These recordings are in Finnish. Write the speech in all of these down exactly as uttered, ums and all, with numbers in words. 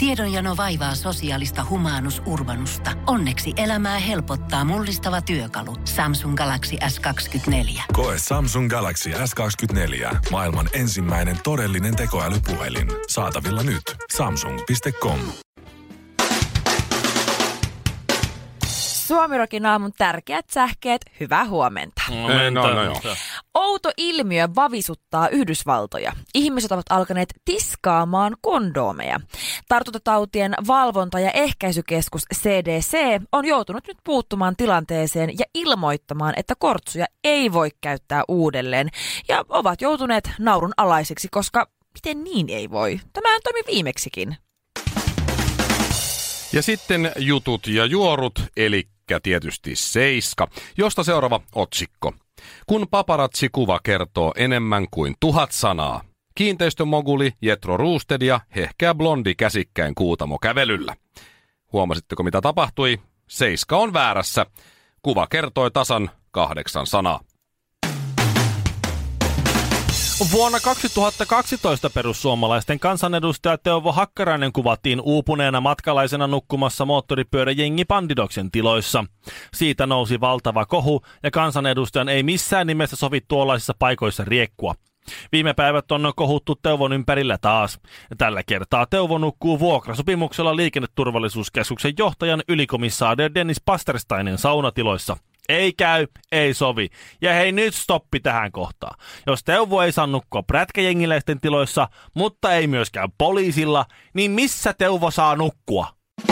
Tiedonjano vaivaa sosiaalista humanus urbanusta. Onneksi elämää helpottaa mullistava työkalu. Samsung Galaxy S kaksikymmentäneljä. Koe Samsung Galaxy S kaksikymmentäneljä. Maailman ensimmäinen todellinen tekoälypuhelin. Saatavilla nyt. Samsung piste com. Suomirokin aamun tärkeät sähkeet, hyvää huomenta. No, no, no, no. Outo ilmiö vavisuttaa Yhdysvaltoja. Ihmiset ovat alkaneet tiskaamaan kondoomeja. Tartuntatautien valvonta- ja ehkäisykeskus C D C on joutunut nyt puuttumaan tilanteeseen ja ilmoittamaan, että kortsuja ei voi käyttää uudelleen. Ja ovat joutuneet naurun alaisiksi, koska miten niin ei voi? Tämähän toimi viimeksikin. Ja sitten jutut ja juorut, eli tietysti Seiska, josta seuraava otsikko. Kun paparazzi-kuva kertoo enemmän kuin tuhat sanaa. Kiinteistömoguli Jethro Roosted ja hehkeä blondi käsikkäin Kuutamo kävelyllä. Huomasitteko mitä tapahtui? Seiska on väärässä. Kuva kertoi tasan kahdeksan sanaa. Vuonna kaksituhattakaksitoista perussuomalaisten kansanedustaja Teuvo Hakkarainen kuvattiin uupuneena matkalaisena nukkumassa moottoripyöräjengi Pandidoksen tiloissa. Siitä nousi valtava kohu ja kansanedustajan ei missään nimessä sovi tuollaisissa paikoissa riekkua. Viime päivät on kohuttu Teuvon ympärillä taas. Tällä kertaa Teuvo nukkuu vuokrasopimuksella liikenneturvallisuuskeskuksen johtajan ylikomissaari Dennis Pastersteinin saunatiloissa. Ei käy, ei sovi. Ja hei nyt stoppi tähän kohtaan. Jos Teuvo ei saa nukkua prätkäjengiläisten tiloissa, mutta ei myöskään poliisilla, niin missä Teuvo saa nukkua?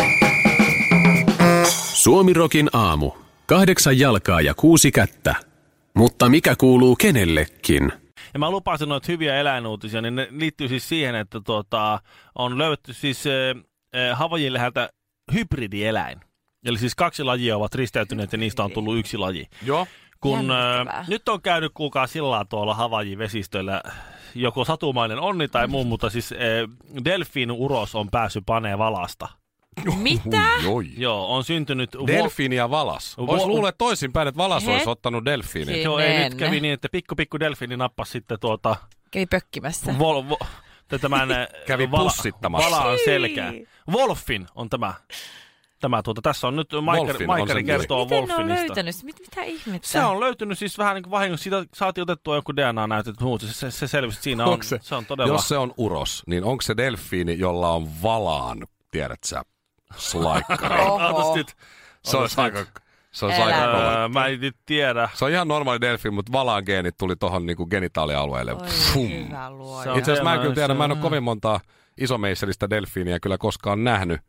Suomirokin aamu. Kahdeksan jalkaa ja kuusi kättä. Mutta mikä kuuluu kenellekin? Ja mä lupasin noita hyviä eläinuutisia, niin ne liittyy siis siihen, että tuota, on löydetty siis äh, Havaijin läheltä hybridieläin. Eli siis kaksi lajia ovat risteytyneet ja niistä on tullut yksi laji. Joo. Kun äh, nyt on käynyt kuulkaa sillä tuolla Havaijin vesistöillä joko satumainen onni tai muu, mutta siis äh, delfiinin uros on päässyt paneen valasta. Mitä? Oi, Joo, on syntynyt... Delfiini ja valas. Vois luulla toisinpäin, että valas olisi ottanut delfiinin. Joo, ei nyt kävi niin, että pikku pikku delfiini nappasi sitten tuota... Kävi pökkimässä. Vol, vo, tämän, kävi vala, pussittamassa. Valaan selkää. Wolfin on tämä. Tämä tuota, tässä on nyt Maikari, Maikari kertoo Miten Wolfinista. Miten ne on löytänyt? Mit, mitä ihmettä? Se on löytynyt siis vähän niin kuin vahingossa. Siitä saatiin otettua joku D N A-näytet, mutta se, se selvisi, siinä on, se, se on todella... Jos se on uros, niin onko se delfiini, jolla on valaan, tiedät sä, slaikkari? Oho. Se on aika... Se on aika öö, mä en nyt tiedä. Se on ihan normaali delfiini, mutta valaan geenit tuli tohon niinku genitaalialueelle. Hyvä luoja. Itse asiassa mä en kyllä tiedä, mä en ole kovin montaa isomeisselistä delfiiniä kyllä koskaan nähnyt.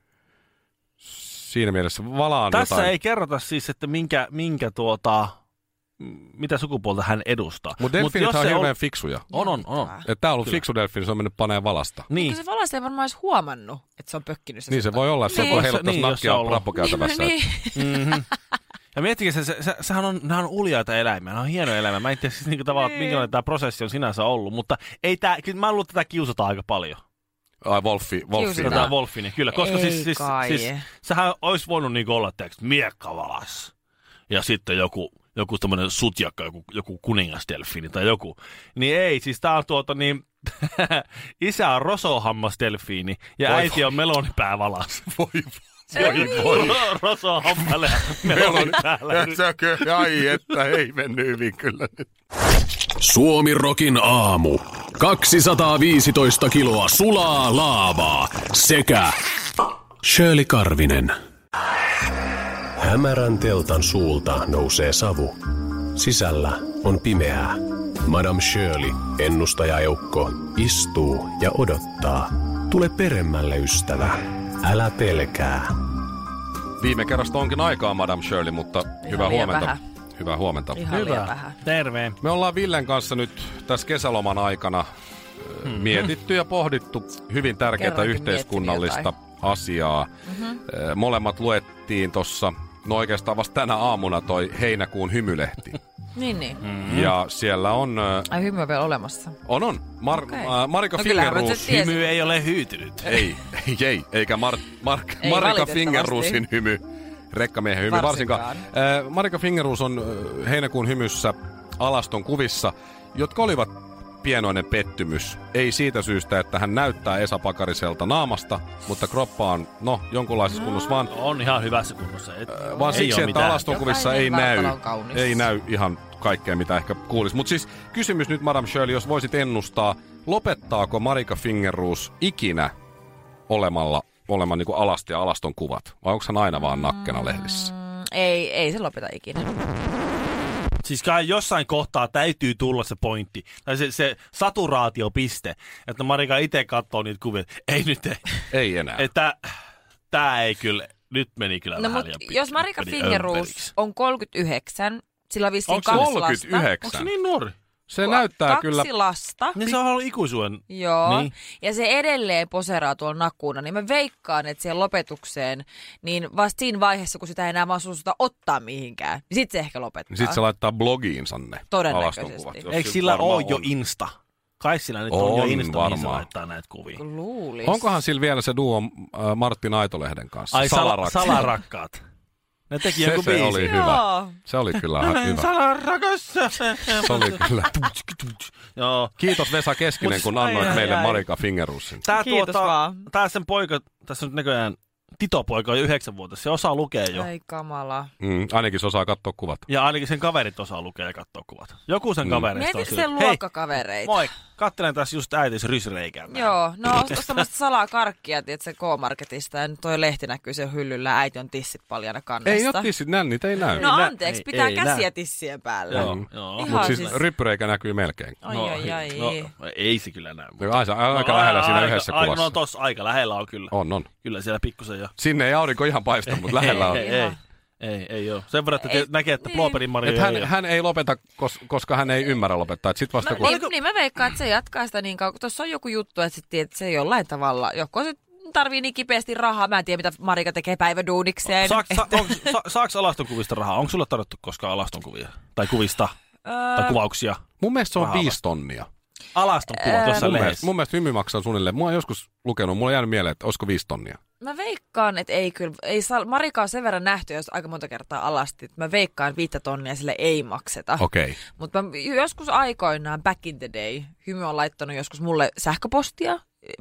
Siinä mielessä valaan Tässä jotain. ei kerrota siis, että minkä, minkä tuota, mitä sukupuolta hän edustaa. Mutta delfiinit on hirveän on... fiksuja. On, on, on. Että tää on ollut kyllä fiksu delfiini, se on mennyt paneen valasta. Niin. Mutta se valasta ei varmaan edes huomannut, että se on pökkinyt. Se niin se voi olla, että niin. se heiluttaisi niin, nakkia rappukäytävässä. Niin, niin. Mm-hmm. Ja miettikää, se, se, se, sehän on, nämä on uljaita eläimiä, nämä on hienoja eläimiä. Mä en tiedä siis niinku tavallaan, minkälainen tämä prosessi on sinänsä ollut, mutta ei tää, mä luulen, että tätä kiusataan aika paljon. Ai, Wolfi, Wolfi. Tätä Wolfini, kyllä, koska ei siis, siis, siis sehän olisi voinut niinku olla, teeksi, miekkavalas. Ja sitten joku, joku tämmöinen sutjakka, joku, joku kuningasdelfiini tai joku. Niin ei, siis tää on tuota niin, isä on rosohammasdelfiini ja voi äiti voi. On melonipäävalas. Voi voi. Voi voi. Rosohammalle ja melonipäällä. Ai, että ei mennyt hyvin kyllä nyt. Suomirokin aamu. kaksisataaviisitoista kiloa sulaa laavaa sekä Shirley Karvinen. Hämärän teltan suulta nousee savu. Sisällä on pimeää. Madame Shirley, ennustajaeukko, istuu ja odottaa. Tule peremmälle, ystävä. Älä pelkää. Viime kerrasta onkin aikaa, Madame Shirley, mutta ihan hyvää huomenta. Vähän. Hyvää huomenta. Ihan hyvä. Vähän. Terve. Me ollaan Villen kanssa nyt tässä kesäloman aikana hmm. mietitty ja pohdittu hyvin tärkeää Kerrankin yhteiskunnallista asiaa. Mm-hmm. Molemmat luettiin tuossa, no oikeastaan vasta tänä aamuna toi heinäkuun hymylehti. Niin, niin. Mm-hmm. Ja siellä on... Ai, hymy on vielä olemassa. On, on. Mar- okay. äh, Marika no, Fingerroos. Hymy ei ole hyytynyt. Ei, ei, ei. Eikä Mar- Mar- ei Marika Fingerroosin hymy. Rekkamiehen hymy varsinkaan. varsinkaan. Äh, Marika Fingerroos on äh, heinäkuun hymyssä alaston kuvissa, jotka olivat pienoinen pettymys. Ei siitä syystä, että hän näyttää Esa Pakariselta naamasta, mutta kroppa on, no, jonkunlaisessa kunnossa, vaan, On ihan hyvässä kunnossa. Et, äh, vaan ei siksi, oo että mitään. alastonkuvissa ei Jokainen näy, vartalo on kaunis. ei näy ihan kaikkea, mitä ehkä kuulisi. Mutta siis kysymys nyt, Madame Shirley, jos voisit ennustaa, lopettaako Marika Fingerroos ikinä olemalla, olemaan niin kuin alasti ja alaston kuvat? Vai onko hän aina vaan nakkena lehdissä? Mm, ei, ei se lopeta ikinä. Siis kai jossain kohtaa täytyy tulla se pointti, tai se, se saturaatiopiste, että Marika itse katsoo niitä kuvia, ei nyt ei. Ei enää. Että tää ei kyllä, nyt meni kyllä No vähän mut liian pi- jos Marika meni Fingerroos ömperiksi. on kolmekymmentäyhdeksän, sillä on vissiin Onko se kaksi kolmekymmentäyhdeksän? Onko se niin nuori? Se lasta. näyttää kaksi kyllä... lasta. Niin se on ollut ikuisuuden. Joo, Niin. ja se edelleen poseraa tuolla nakkuuna, niin mä veikkaan, että siihen lopetukseen, niin vasta siinä vaiheessa, kun sitä ei enää mahdollisuutta ottaa mihinkään, niin sit se ehkä lopettaa. Sitten se laittaa blogiinsa ne Todennäköisesti. alastonkuvat. jos Eikö se sillä varmaan ole jo on. Insta? Kai sillä nyt on, On jo Insta, mihin se varmaan. laittaa näitä kuvia. Luulis. Onkohan sillä vielä se duo äh, Martin Aitolehden kanssa? Ai sal- Salarakkaat. salarakkaat. Ne teki Se, joku se biisi. oli Joo. hyvä. Se oli kyllä ihan hyvä. Salarakas. Se oli kyllä. Joo. Kiitos Vesa Keskinen, Mut- kun ai, annoit ai, meille ai. Marika Fingerroosin. Tää, Kiitos tuota, vaan. tää sen poika, tässä nyt näköjään Tito-poika on jo yhdeksänvuotias. Se osaa lukea jo. Ai kamala. Mm, ainakin se osaa katsoa kuvat. Ja ainakin sen kaverit osaa lukea ja katsoa kuvat. Joku sen Mm. kavereista on Mietitkö sillä, sen hei, luokkakavereita? moi, kattelen tässä just äitis rysreikään. Joo, no ostamassa salaa karkkia, tiedätkö, K-Marketista, ja nyt toi lehti näkyy sen hyllyllä, äiti on tissit paljana kannesta. Ei ole tissit, nää niitä ei näy. No nä- anteeksi, ei- pitää ei käsiä nä- tissien päällä. Joo, Mm. joo. Ihan Mutta siis, siis- ryppyreikä näkyy melkein. Ai, No, ai, ai. No, ei se kyllä näy. No, aika, aika lähellä siinä aika, yhdessä aika, kuvassa. No tossa aika lähellä on kyllä. On, on. Kyllä siellä pikkusen jo. Sinne ei aurinko ihan paista, mutta lähellä on. Ei, ei, Ihan. ei, ei ole. Sen verran, että Ei, te- näkee, että niin. Blooperin Mario Et ei hän, ole. hän ei lopeta, kos, koska hän ei ymmärrä lopettaa. Sitten vasta No, kun... niin, niin mä veikkaan, että se jatkaa sitä niin kauan, kun tuossa on joku juttu, että, sit, että se jollain tavalla, joko se tarvii niin kipeästi rahaa, mä en tiedä mitä Marika tekee päiväduunikseen. Saaks, sa, on, sa, saaks alastonkuvista rahaa? Onko sulle tarjottu koskaan alastonkuvia? Tai kuvista? tai kuvauksia? Mun mielestä se on Rahalla. viisi tonnia. Alastonkuvat Ää, jossain Mun lehdessä. mielestä, mun mielestä hymy maksaa suunnilleen. Mua on joskus lukenut, mulla on jäänyt mieleen, että olisiko viisi tonnia. Mä veikkaan, että ei kyllä, ei saa, Marika on sen verran nähty, jos aika monta kertaa alasti, että mä veikkaan viittä tonnia sille ei makseta. Okei. Okay. Mutta joskus aikoinaan, back in the day, Hymy on laittanut joskus mulle sähköpostia,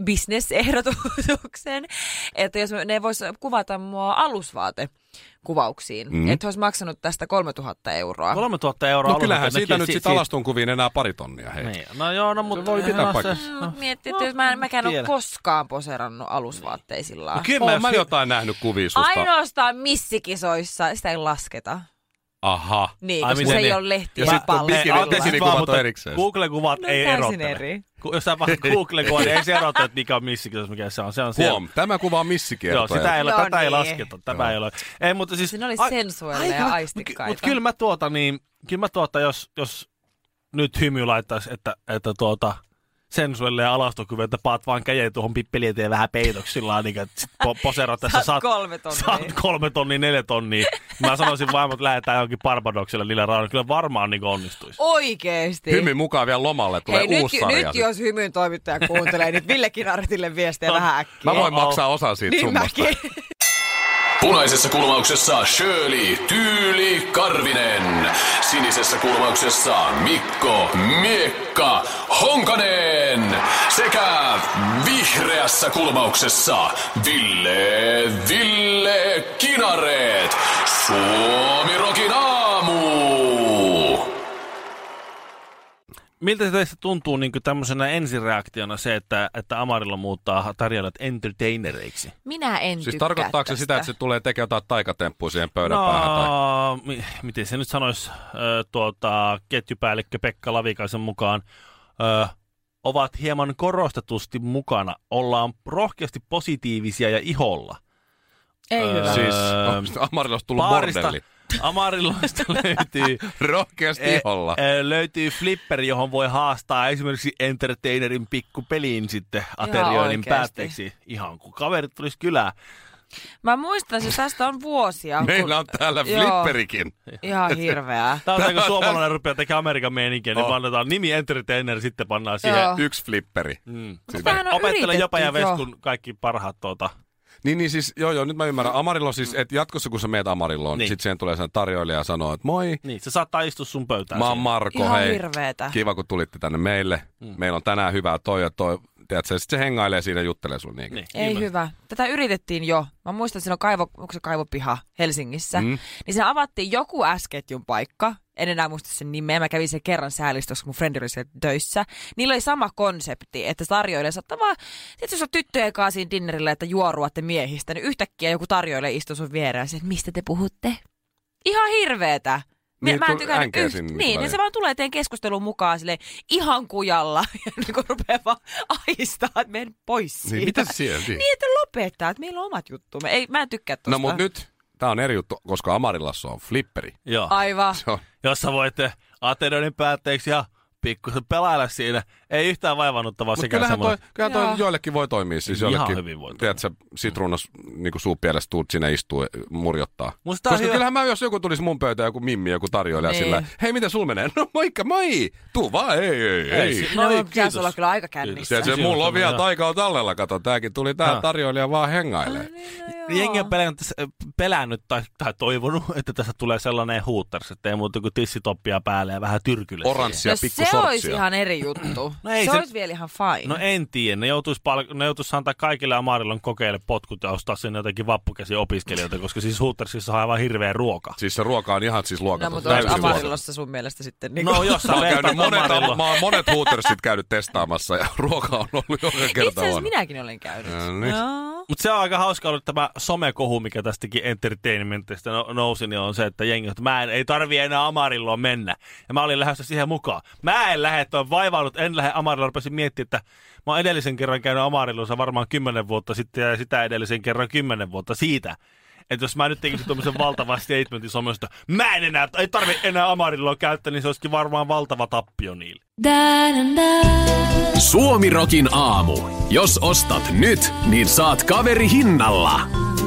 business-ehdotuksen, että jos ne vois kuvata mua alusvaatekuvauksiin, Mm. mm. että he olisi maksanut tästä kolmetuhatta euroa. kolmetuhatta euroa. No kyllähän alusvaate siitä näki, nyt si- sit si- alastonkuviin enää pari tonnia. Hei. Niin. No joo, no mutta... Se voi pitää no, paikkansa. se- No, no. miettii, että jos mä, mäkään ole tiedä. koskaan poserannut alusvaatteisilla. No kyllä Oon jos mä hy- jotain nähnyt kuvia susta. Ainoastaan missikisoissa, sitä ei lasketa. Aha. Niin, Ai, koska miten se ei niin? ole lehtiä Ja sitten palvella. bikini- Anteeksi bikini- vaan, kuvat mutta on erikseen. Google-kuvat No, ei täysin erottele. eri. Ku- Jos sä vaan Google-kuvat, niin ei se erottele, että mikä on missikirjoitus, mikä se on. Se on siellä. Huom, tämä kuva on missikiertoja. Joo, sitä ei, No tätä ei niin. lasketa. Tämä ei ole. Ei, mutta siis... Siinä oli ai- sensuelle ja aika- aistikkaita. Mutta kyllä mä tuota, niin... Kyllä mä tuota, jos, jos nyt Hymy laittaisi, että, että tuota... sensuelle ja alastokyvyn, että paat vaan käjeen tuohon pippeli eteen vähän peitoksi sillä lailla, niin että sit po- poserat tässä. Saat kolme tonnia. Saat kolme tonnia, neljä tonnia. Mä sanoisin vaan, että lähdetään johonkin Barbadokselle niillä rahoilla. Kyllä varmaan niin onnistuisi. Oikeesti. Hymy mukaan vielä lomalle, tulee Hei, nyt, uusi sarja. nyt jos Hymyn toimittaja kuuntelee, niin Ville Kinaretille viestejä vähän äkkiä. Mä voin Oh, oh. maksaa osan siitä Niin summasta. mäkin. Punaisessa kulmauksessa Shirley Tyyli Karvinen. Sinisessä kulmauksessa Mikko Miekka Honkanen. Sekä vihreässä kulmauksessa Ville Ville Kinaret. Suomi Rokin aamu. Miltä se teistä tuntuu niin tämmöisenä ensireaktiona se, että, että Amarilla muuttaa tarjoilijat entertainereiksi? Minä en Siis tykkää tarkoittaako se tästä. sitä, että se tulee tekemään jotain taikatemppuja siihen pöydän No, päähän? Tai... mi- miten se nyt sanoisi, ö, tuota, ketjupäällikkö Pekka Lavikaisen mukaan, ö, ovat hieman korostetusti mukana, ollaan rohkeasti positiivisia ja iholla. Ei Öö, hyvä. Siis on Amarilla olisi tullut Baarista, bordelli. Amarilloista löytyy, Rohkeasti e, iholla. e, löytyy flipperi, johon voi haastaa esimerkiksi entertainerin pikkupeliin sitten aterioinnin oikeasti. päätteeksi. Ihan kun kaverit tulisi kylään. Mä muistan, että tästä on vuosia. Meillä on täällä Joo. flipperikin. Ihan hirveää. Tämä on kun suomalainen rupeaa tekemään Amerikan meininkiä, niin Oh. annetaan nimi entertainer, sitten pannaan siihen. Joo. Yksi flipperi. Mm. Tämähän on Opettele yritetty Jopa ja jo. Veskun kaikki parhaat tuota, Niin, niin siis, joo joo, nyt mä ymmärrän. Amarillo siis, että jatkossa kun sä meet Amarilloon, niin. sit siihen tulee sen tarjoilija ja sanoo, että moi. Niin, se saattaa istua sun pöytään. Mä oon Marko, Ihan hei. hirveetä. Kiva, kun tulitte tänne meille. Mm. Meillä on tänään hyvää toi ja toi. Tiedätkö, sit se hengailee siinä ja juttelee sun niinkin. Niin, Ei hyvä. hyvä. Tätä yritettiin jo. Mä muistan, että siinä on kaivo, onko se kaivopiha Helsingissä. Mm. Niin siinä avattiin joku S-ketjun paikka. En enää muista sen nimeä. Mä kävin sen kerran säälistössä, kun mun frendi oli siellä töissä. Niillä oli sama konsepti, että tarjoilee saattaa vaan, tietysti jos on tyttöjen kanssa siinä dinnerillä, että juoruatte miehistä, niin yhtäkkiä joku tarjoilee istuu sun viereen ja että mistä te puhutte? Ihan hirveetä. Niin, mä en tykännyt änkeä yht... sinne Niin, niin se vaan tulee teidän keskustelun mukaan silleen ihan kujalla ja niin kun rupeaa vaan ahistaa, että menen pois siitä. Niin, mitä sieltä? Niin, että lopettaa, että meillä on omat juttumme. Ei, mä en tykkää tosta. No mut nyt, tää on eri juttu, koska Amarillassa on flipperi. Joo. Aivan. Se on. Jos sä voitte Ateneoiden päätteeksi ja pikkusen pelailla siinä. Ei yhtään vaivannuttavaa Mutta sekään kyllähän, toi, semmoinen. kyllähän toi joillekin voi toimia. Siis Ihan jollekin, hyvin voi toimia. tiedätkö, sitruunas niin suupielessä tuut sinne istuu murjottaa. Musta Koska hyvä. kyllähän mä, jos joku tulisi mun pöytään, joku mimmi, joku tarjoilija Niin. sillä, hei miten sul menee? No moikka, moi! Tuu vaan, ei, ei, ei. si- No, no no niin, pitäisi kiitos. olla kyllä aika kännissä. Tiedätkö, Siinä mulla on on vielä tämmöinen- taikaa tallella, kato, tääkin tuli tää Ha. tarjoilija vaan hengailee. Niin jengi on pelännyt, pelännyt tai, tai toivonut, että tässä tulee sellainen huutters, että ei muuta kuin tissitoppia päälle ja vähän tyrkylle. Oranssia No pikku se olisi sortsia. ihan eri juttu. No ei se, se- olisi vielä ihan fine. No en tiedä, ne joutuisi, pal- ne joutuisi antaa kaikille Amarillon kokeille potkut ja ostaa sinne jotenkin vappukäsi opiskelijoita, koska siis Hootersissa on aivan hirveä ruoka. Siis se ruoka on ihan siis no, luokaton. mutta onko täysin luokaton. Amarillossa sun mielestä sitten? Niin No jos sä Mä oon, vertaat käynyt monet, Amarillo. mä oon monet Hootersit käynyt testaamassa ja ruoka on ollut joka Itse kerta asiassa on. minäkin olen käynyt. No niin. Joo. Mutta se on aika hauska ollut tämä somekohu, mikä tästäkin entertainmentista no- nousi, niin on se, että jengi, että mä en, ei tarvii enää Amarilloon mennä. Ja mä olin lähdössä siihen mukaan. Mä en lähde, että on vaivannut, en lähde Amarilloon, rupesin miettimään, että mä oon edellisen kerran käynyt Amarillossa varmaan kymmenen vuotta sitten ja sitä edellisen kerran kymmenen vuotta siitä. Että jos mä nyt tekisin tuommoisen valtavan statementin somesta, mä en enää, ei tarvi enää Amarilloa käyttää, niin se olisikin varmaan valtava tappio niille. Suomirokin aamu. Jos ostat nyt, niin saat kaveri hinnalla.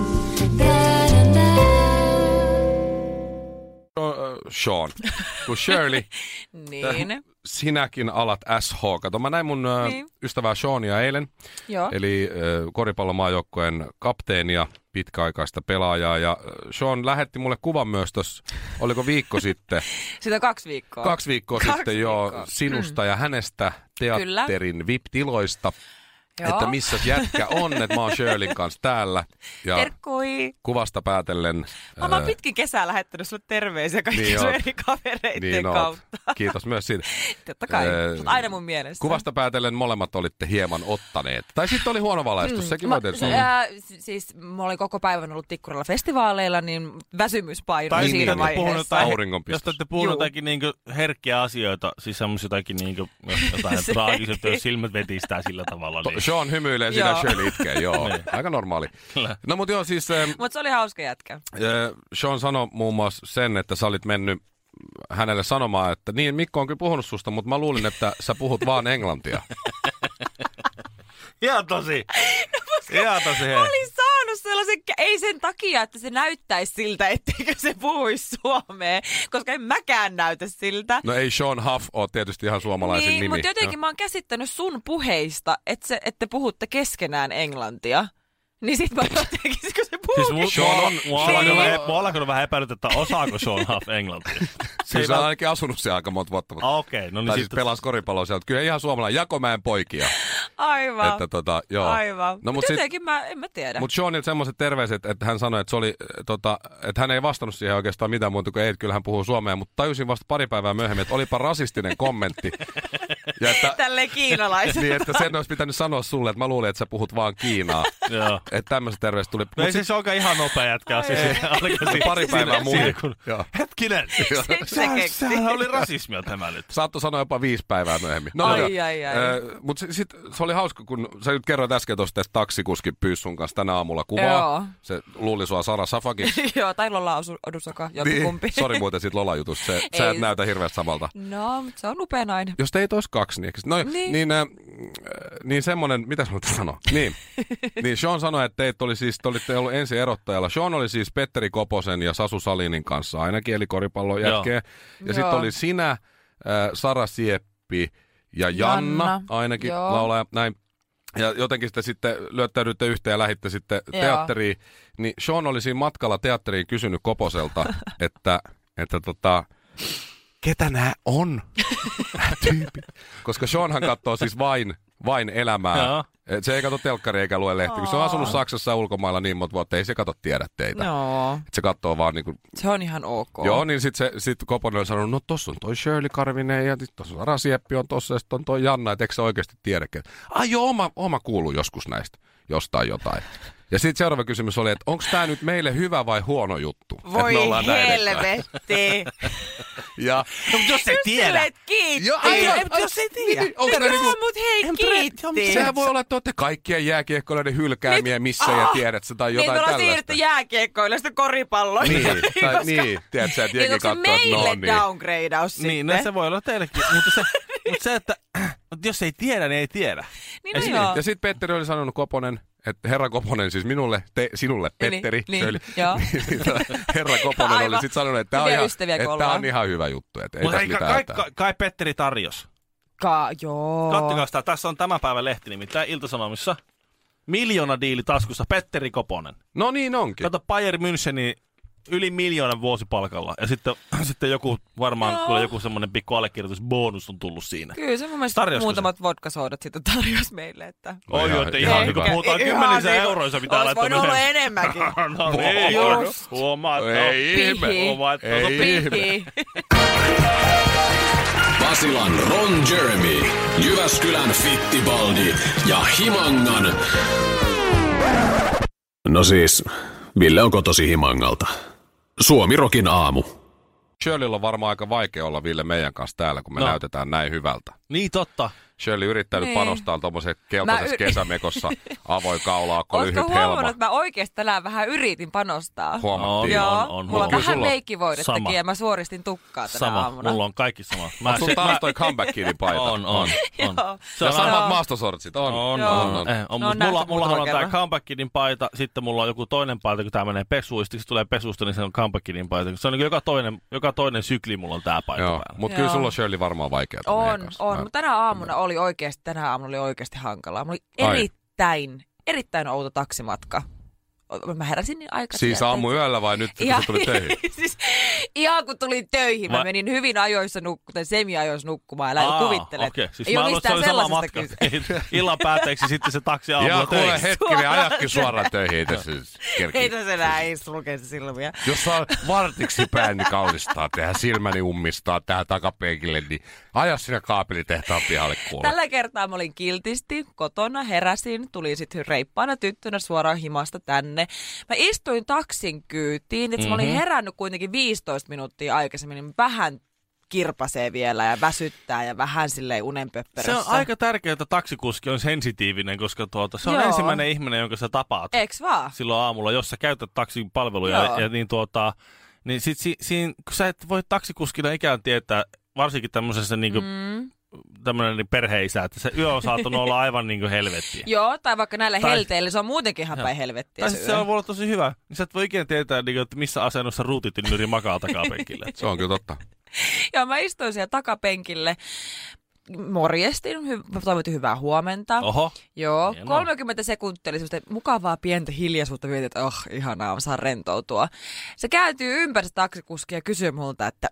Sean, kun Shirley, Niin. sinäkin alat S H. Kato, mä näin mun Niin. niin. ystävää Seania eilen, Joo. eli äh, koripallomaajoukkueen kapteenia, pitkäaikaista pelaajaa. Ja äh, Sean lähetti mulle kuvan myös tuossa, oliko viikko sitten, Sitä on kaksi viikkoa. kaksi viikkoa Kaksi sitten jo viikkoa. sinusta Mm. ja hänestä teatterin V I P-tiloista. Joo. Että missä jätkä on, että mä oon Shirleyn kanssa täällä. Ja Terkkui. kuvasta päätellen... Mä oon ää, pitkin kesää lähettänyt sulle terveisiä kaikki Niin sun oot. eri kavereiden niin oot. kautta. Kiitos myös siitä. Totta kai, Ää, mutta aina mun mielessä. Kuvasta päätellen molemmat olitte hieman ottaneet. Tai sitten oli huono valaistus, mm, sekin Mä, voi tietysti se, ää, s- siis mä olin koko päivän ollut Tikkurilla festivaaleilla, niin väsymys painoi Tai siinä sitten te puhunut vaiheessa. jotain- Auringonpistos. Jos te olette puhunut Juu. jotakin niinku herkkiä asioita, siis semmoisia jotakin niinku, jotain Se- traagista, jos silmät vetistää sillä tavalla. To- Niin. Sean hymyilee siinä Joo. Shirley itkee, joo. Niin. Aika normaali. Kyllä. No mut joo, siis äh, Mutta se oli hauska jätkä. äh, Sean sanoi muun muassa sen, että sä olit mennyt hänelle sanomaan, että niin, Mikko on kyllä puhunut susta, mutta mä luulin, että sä puhut vaan englantia. Ihan tosi. Ihan tosi hei. Mä olin saanut sellaisen, ei sen takia, että se näyttäisi siltä, etteikö se puhuisi suomea, koska en mäkään näytä siltä. No ei Sean Huff ole tietysti ihan suomalaisen Niin, nimi. mutta jotenkin mä oon käsittänyt sun puheista, että, se, että te puhutte keskenään englantia. Niin sit mä jotenkin, kun se puhuu Siis mu- Sean on- mua Sean alkanut on- vähän- mua alkanut vähän epäilyt, että osaako Sean Huff englantia. Se ei Siis on vält- ainakin asunut siellä aika monta vuotta. Mutta... Ah, okei, okay, no niin tai siis sitten- pelasi koripalloa sieltä. Kyllä ihan suomalainen Jakomäen poikia. Aivan, Että tota, joo. aivan. No, No, mut mutta sit- jotenkin mä, en mä tiedä. Mutta Seanilta semmoiset terveiset, että hän sanoi, että, se oli, äh, tota, että hän ei vastannut siihen oikeastaan mitään muuta kuin ei, että kyllä hän puhuu suomea, mutta tajusin vasta pari päivää myöhemmin, että olipa rasistinen kommentti. Ja että, Tälleen kiinalaisen. niin, että sen olisi pitänyt sanoa sulle, että mä luulin, että sä puhut vaan Kiinaa. Joo. Että tämmöiset terveiset tuli. No ei siis olekaan ihan nopea jätkä. Siis Pari päivää muuhun. Kun... Joo. Hetkinen. Se Sehän, keksi. sehän oli rasismia tämä nyt. Saattoi sanoa jopa viisi päivää myöhemmin. Ai, ai, ai. Mutta sitten se oli hauska, kun sä nyt kerroit äsken tuosta, että taksikuski pyysi sun kanssa tänä aamulla kuvaa. Joo. Se luuli sua Sara Safakiksi. Joo, tai Lola Odusaka, jompikumpi. Niin. Sori muuten siitä Lola-jutusta. Se, sä et Ei. näytä hirveästi samalta. No, mutta se on upea nainen. Jos teitä olisi kaksi, niin, eikö- no, Niin. niin, niin, äh, niin semmoinen, mitä mä sanoa? Niin, niin Sean sanoi, että teitä oli siis, te olitte ollut ensin erottajalla. Sean oli siis Petteri Koposen ja Sasu Salinin kanssa ainakin, eli koripallon jätkeen. Ja Joo. sitten oli sinä, äh, Sara Sieppi ja Janna, Janna, ainakin joo. laulaja, näin. ja jotenkin sitten, sitten lyöttäydyitte yhteen ja lähditte sitten teatteriin. Niin Sean oli siinä matkalla teatteriin kysynyt Koposelta, että, että tota, ketä nämä on, nämä tyypit? Koska Seanhan katsoo siis vain, vain elämää. Et se ei katso telkkari eikä lue lehti, kun se on asunut Saksassa ja ulkomailla niin monta vuotta, ei se katso tiedä teitä. No. Et se katsoo vaan niinku... Se on ihan ok. Joo, niin sit, se, sit Koponen oli sanonut, no tossa on toi Shirley Karvinen ja tossa on Sara Sieppi on tossa ja sit on toi Janna, et eikö se oikeasti tiedäkään? Ai joo, oma, oma kuuluu joskus näistä, jostain jotain. Ja sitten seuraava kysymys oli, että onko tämä nyt meille hyvä vai huono juttu? Voi helvetti. Ja... No, mutta jos ei tiedä. Kiitti. Jo, ai, ai, ai, jos ei tiedä. Niin, No, niinku, mut hei, kiitti. sehän voi olla, että olette kaikkien jääkiekkoilijoiden hylkäämiä missä ja tiedät se tai jotain niin, tällaista. Niin, me ollaan siirrytty jääkiekkoilijoista koripalloille. Niin, tai niin, tiedät sä, että jengi katsoo, että no niin. no Onko se meille downgradeaus sitten? Niin, no se voi olla teillekin. mutta, se, mutta se, että jos ei tiedä, niin ei tiedä. Niin, no joo. Ja sitten Petteri oli sanonut Koponen, että herra Koponen, siis minulle, te, sinulle, Petteri, niin, Shirley, joo. herra Koponen oli sitten sanonut, että tämä on, ihan, että on ihan hyvä juttu, että ei mutta tässä mitään kai, hätää. kai, kai Petteri tarjosi. Ka, joo. Kattokaa sitä, tässä on tämän päivän lehti nimittäin Ilta-Sanomissa. Miljoona diili taskussa, Petteri Koponen. No niin onkin. Kato Bayern Müncheni yli miljoonan vuosipalkalla. Ja sitten, sitten joku, varmaan Joo. kyllä joku semmoinen pikku allekirjoitusbonus on tullut siinä. Kyllä se mun mielestä Tarjosko muutamat vodkasoodat sitten tarjosi meille, että... Oi, ihan- että ihan ihan hyvä. niin puhutaan Ihan kymmenissä niinku- euroissa, mitä Ois laittaa voinut olla yhden. enemmänkin. No niin, Just. huomaat. Ei ihme. Huomaat. Ei ihme. Pihi. Basilan Ron Jeremy, Jyväskylän Fittibaldi ja Himangan... No siis, Ville on kotosi Himangalta. Suomi-rokin aamu. Shirleyllä on varmaan aika vaikea olla, Ville, meidän kanssa täällä, kun me No. näytetään näin hyvältä. Niin totta. Shirley yrittää nyt Niin. panostaa tuommoiseen keltaisessa Mä yri- kesämekossa, avoin kaulaakko, Oletko lyhyt huomannut, helma. että mä oikeasti tänään vähän yritin panostaa? Huomattiin. On, Joo, on, on. mulla on Kyllä vähän sulla on leikkivoidettakin sama. ja mä suoristin tukkaa tänä Sama, aamuna. mulla on kaikki sama. Mä Onko sulla taas toi comeback-kidin paita? On, on, on. Joo. Se Ja on samat Joo. maastosortsit, on. On, Joo. on, on. Eh, on No, mut näytä mulla, mullahan on muutaman tää kerran. comebackin paita, sitten mulla on joku toinen paita, kun tää menee pesuun, sitten kun se tulee pesusta, niin se on comebackin paita. Se on niin joka toinen, joka toinen sykli mulla on tää paita Joo, päällä. mutta kyllä Joo. sulla on Shirley varmaan vaikeaa. On, on. Mutta tänä aamuna oli oikeasti, tänä aamuna oli oikeasti hankalaa. Mulla oli Ai. erittäin, erittäin outo taksimatka. Mä heräsin niin aikaisin. Siis aamuyöllä vai nyt, kun Ihan- sä tulit töihin? siis, ihan kun tulin töihin, mä Vai- menin hyvin ajoissa nukkumaan, semi-ajoissa nukkumaan. Älä Aa, kuvittele. okei. Siis Ei mä ole luulen, että se mistään oli sama sellaisesta matka. kyse. Illan päätteeksi sitten se taksi aamulla Ja kuule töihin. hetkinen, ajakin suoraan töihin tässä kerkii. Ei tässä enää ei sulkea se silmiä. Jos saa vartiksi pääni kallistaa, tehdä silmäni ummistaa tähän takapenkille, niin aja sinne kaapelitehtaan pihalle kuule. Tällä kertaa mä olin kiltisti kotona, heräsin, tulin sitten reippaana tyttönä suoraan himasta tänne. Mä istuin taksin kyytiin, että mm-hmm. mä olin herännyt kuitenkin viisitoista minuuttia aikaisemmin, niin vähän kirpasee vielä ja väsyttää ja vähän silleen unenpöppörössä. Se on aika tärkeää, että taksikuski on sensitiivinen, koska tuota, se on Joo. ensimmäinen ihminen, jonka sä tapaat Eiks vaan? silloin aamulla, jos sä käytät taksin palveluja. Joo. Ja, ja niin tuota, niin sit si, siinä, kun sä et voi taksikuskina ikään tietää, varsinkin tämmöisessä niinku, Mm. tämmöinen niin perheisä, että se yö on saattanut olla aivan niinku helvettiä. Joo, tai vaikka näillä Tai- helteillä, se on muutenkin ihan päin helvettiä Tai se sit se yö. on voi olla tosi hyvä. Niin sä et voi ikinä tietää, niinku, että missä asennossa ruutitynnyri makaa takapenkillä. Se on kyllä totta. Ja mä istuin siellä takapenkille, morjestin, hy- toivotin hyvää huomenta. Oho. Joo, Hienoa. kolmekymmentä sekuntia oli semmoista mukavaa pientä hiljaisuutta, mietin, että oh, ihanaa, mä saan rentoutua. Se kääntyy ympäri se taksikuski ja kysyy multa, että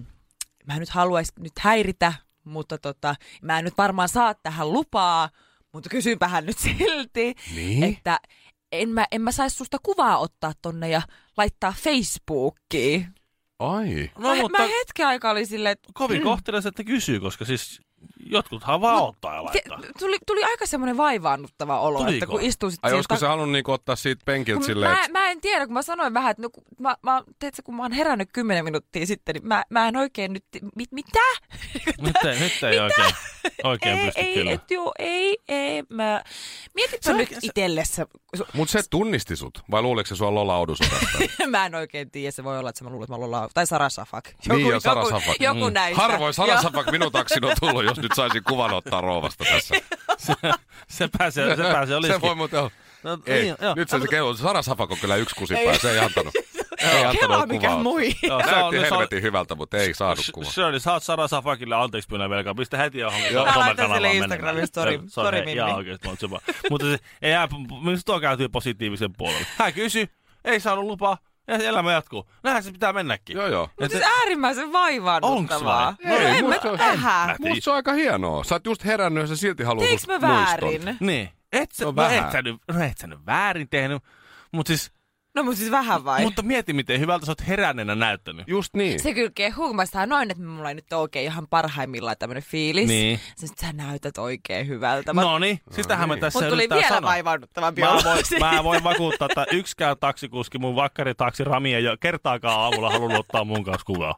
mä en nyt haluaisi nyt häiritä, mutta tota, mä en nyt varmaan saa tähän lupaa, mutta kysynpähän nyt silti, Niin? että en mä, en mä saisi susta kuvaa ottaa tonne ja laittaa Facebookiin. Ai. No, mä, mutta mä hetken aikaa oli silleen, että kovin kohtelias, että kysyy, koska siis jotkuthan vaan ottaa ja se, laittaa. tuli, tuli aika semmoinen vaivaannuttava olo, Tuliko? että kun istuu sit Ai siinä olisiko tak- se halunnut niinku ottaa siitä penkiltä Kun silleen, mä, että... mä en tiedä, kun mä sanoin vähän, että no, kun mä, mä, teetkö, kun mä oon herännyt kymmenen minuuttia sitten, niin mä, mä en oikein nyt, mit, mitä? Nyt ei, nyt ei oikein, oikein ei, pysty ei, kyllä. et, joo, ei, ei, mä... Mietipä Se- nyt se- itsellessä. Mut se tunnisti sut, vai luuliko se sua Lola Oudusodasta? Mä en oikein tiedä, se voi olla, että se mä luulen, että mä ollaan, tai Sara Safak. Niin, jo, Sara Safak. Joku Mm. näistä. Harvoin Sara Joo. Safak minun taksin on tullut, jos nyt saisin kuvan ottaa rouvasta tässä. Se, se pääsee, se pääsee Se olisikin. voi muuten olla. No, Ei, niin, joo. nyt se, se kehu. Sara Safak on kyllä yksi kusipää, se ei antanut. Ei antanut Kelaa mikä kuvaa. mui. Joo, se Näytti on- se on- helvetin hyvältä, mutta ei saanut kuvaa. Shirley, sä oot Sara Safakille anteeksi pyynnön velkaa. Pistä heti johonkin Mä laitan sille somekanavaan Instagramin story- menemään. Se on story he- Mimmi. Ihan oikeesti, mutta se vaan. Mutta se, ei hän, minusta tuo kääntyy positiivisen puolelle. Hän kysyi, ei saanut lupaa, ja elämä jatkuu. Näinhän se pitää mennäkin. Joo, joo. Mutta siis äärimmäisen vaivaannuttavaa. Onks No vai? en Ei, mä musta se on- tähän. Musta se on aika hienoa. Sä oot just herännyt ja sä silti haluat Teiks mä väärin? Niin. Et sä, No no, vähän. et sä nyt, no et sä nyt väärin tehnyt, mutta siis, No mut siis vähän vai? mutta mieti miten hyvältä sä oot heränneenä näyttänyt. Just niin. Se kyllä kehuu, mä sanon noin, että mulla ei nyt ole oikein ihan parhaimmillaan tämmönen fiilis. Niin. Siis sä näytät oikein hyvältä. Mä- No niin, sitähän me tässä Mut tuli yritetään vielä sanoa. vaivaannuttavampi Mä olo voin, siitä. mä voin vakuuttaa, että yksikään taksikuski mun vakkaritaksi Rami ei ole kertaakaan aamulla halunnut ottaa mun kanssa kuvaa.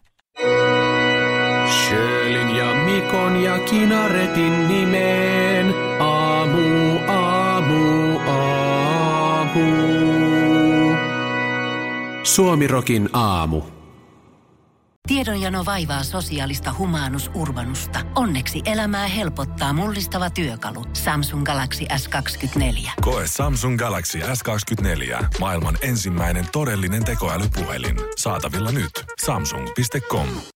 Sjölin ja Mikon ja Kinaretin nimeen. Aamu, aamu, aamu. Suomirokin aamu. Tiedonjano vaivaa sosiaalista humanus urbanusta. Onneksi elämää helpottaa mullistava työkalu. Samsung Galaxy S kaksikymmentäneljä. Koe Samsung Galaxy S kaksikymmentäneljä. Maailman ensimmäinen todellinen tekoälypuhelin. Saatavilla nyt. Samsung piste com.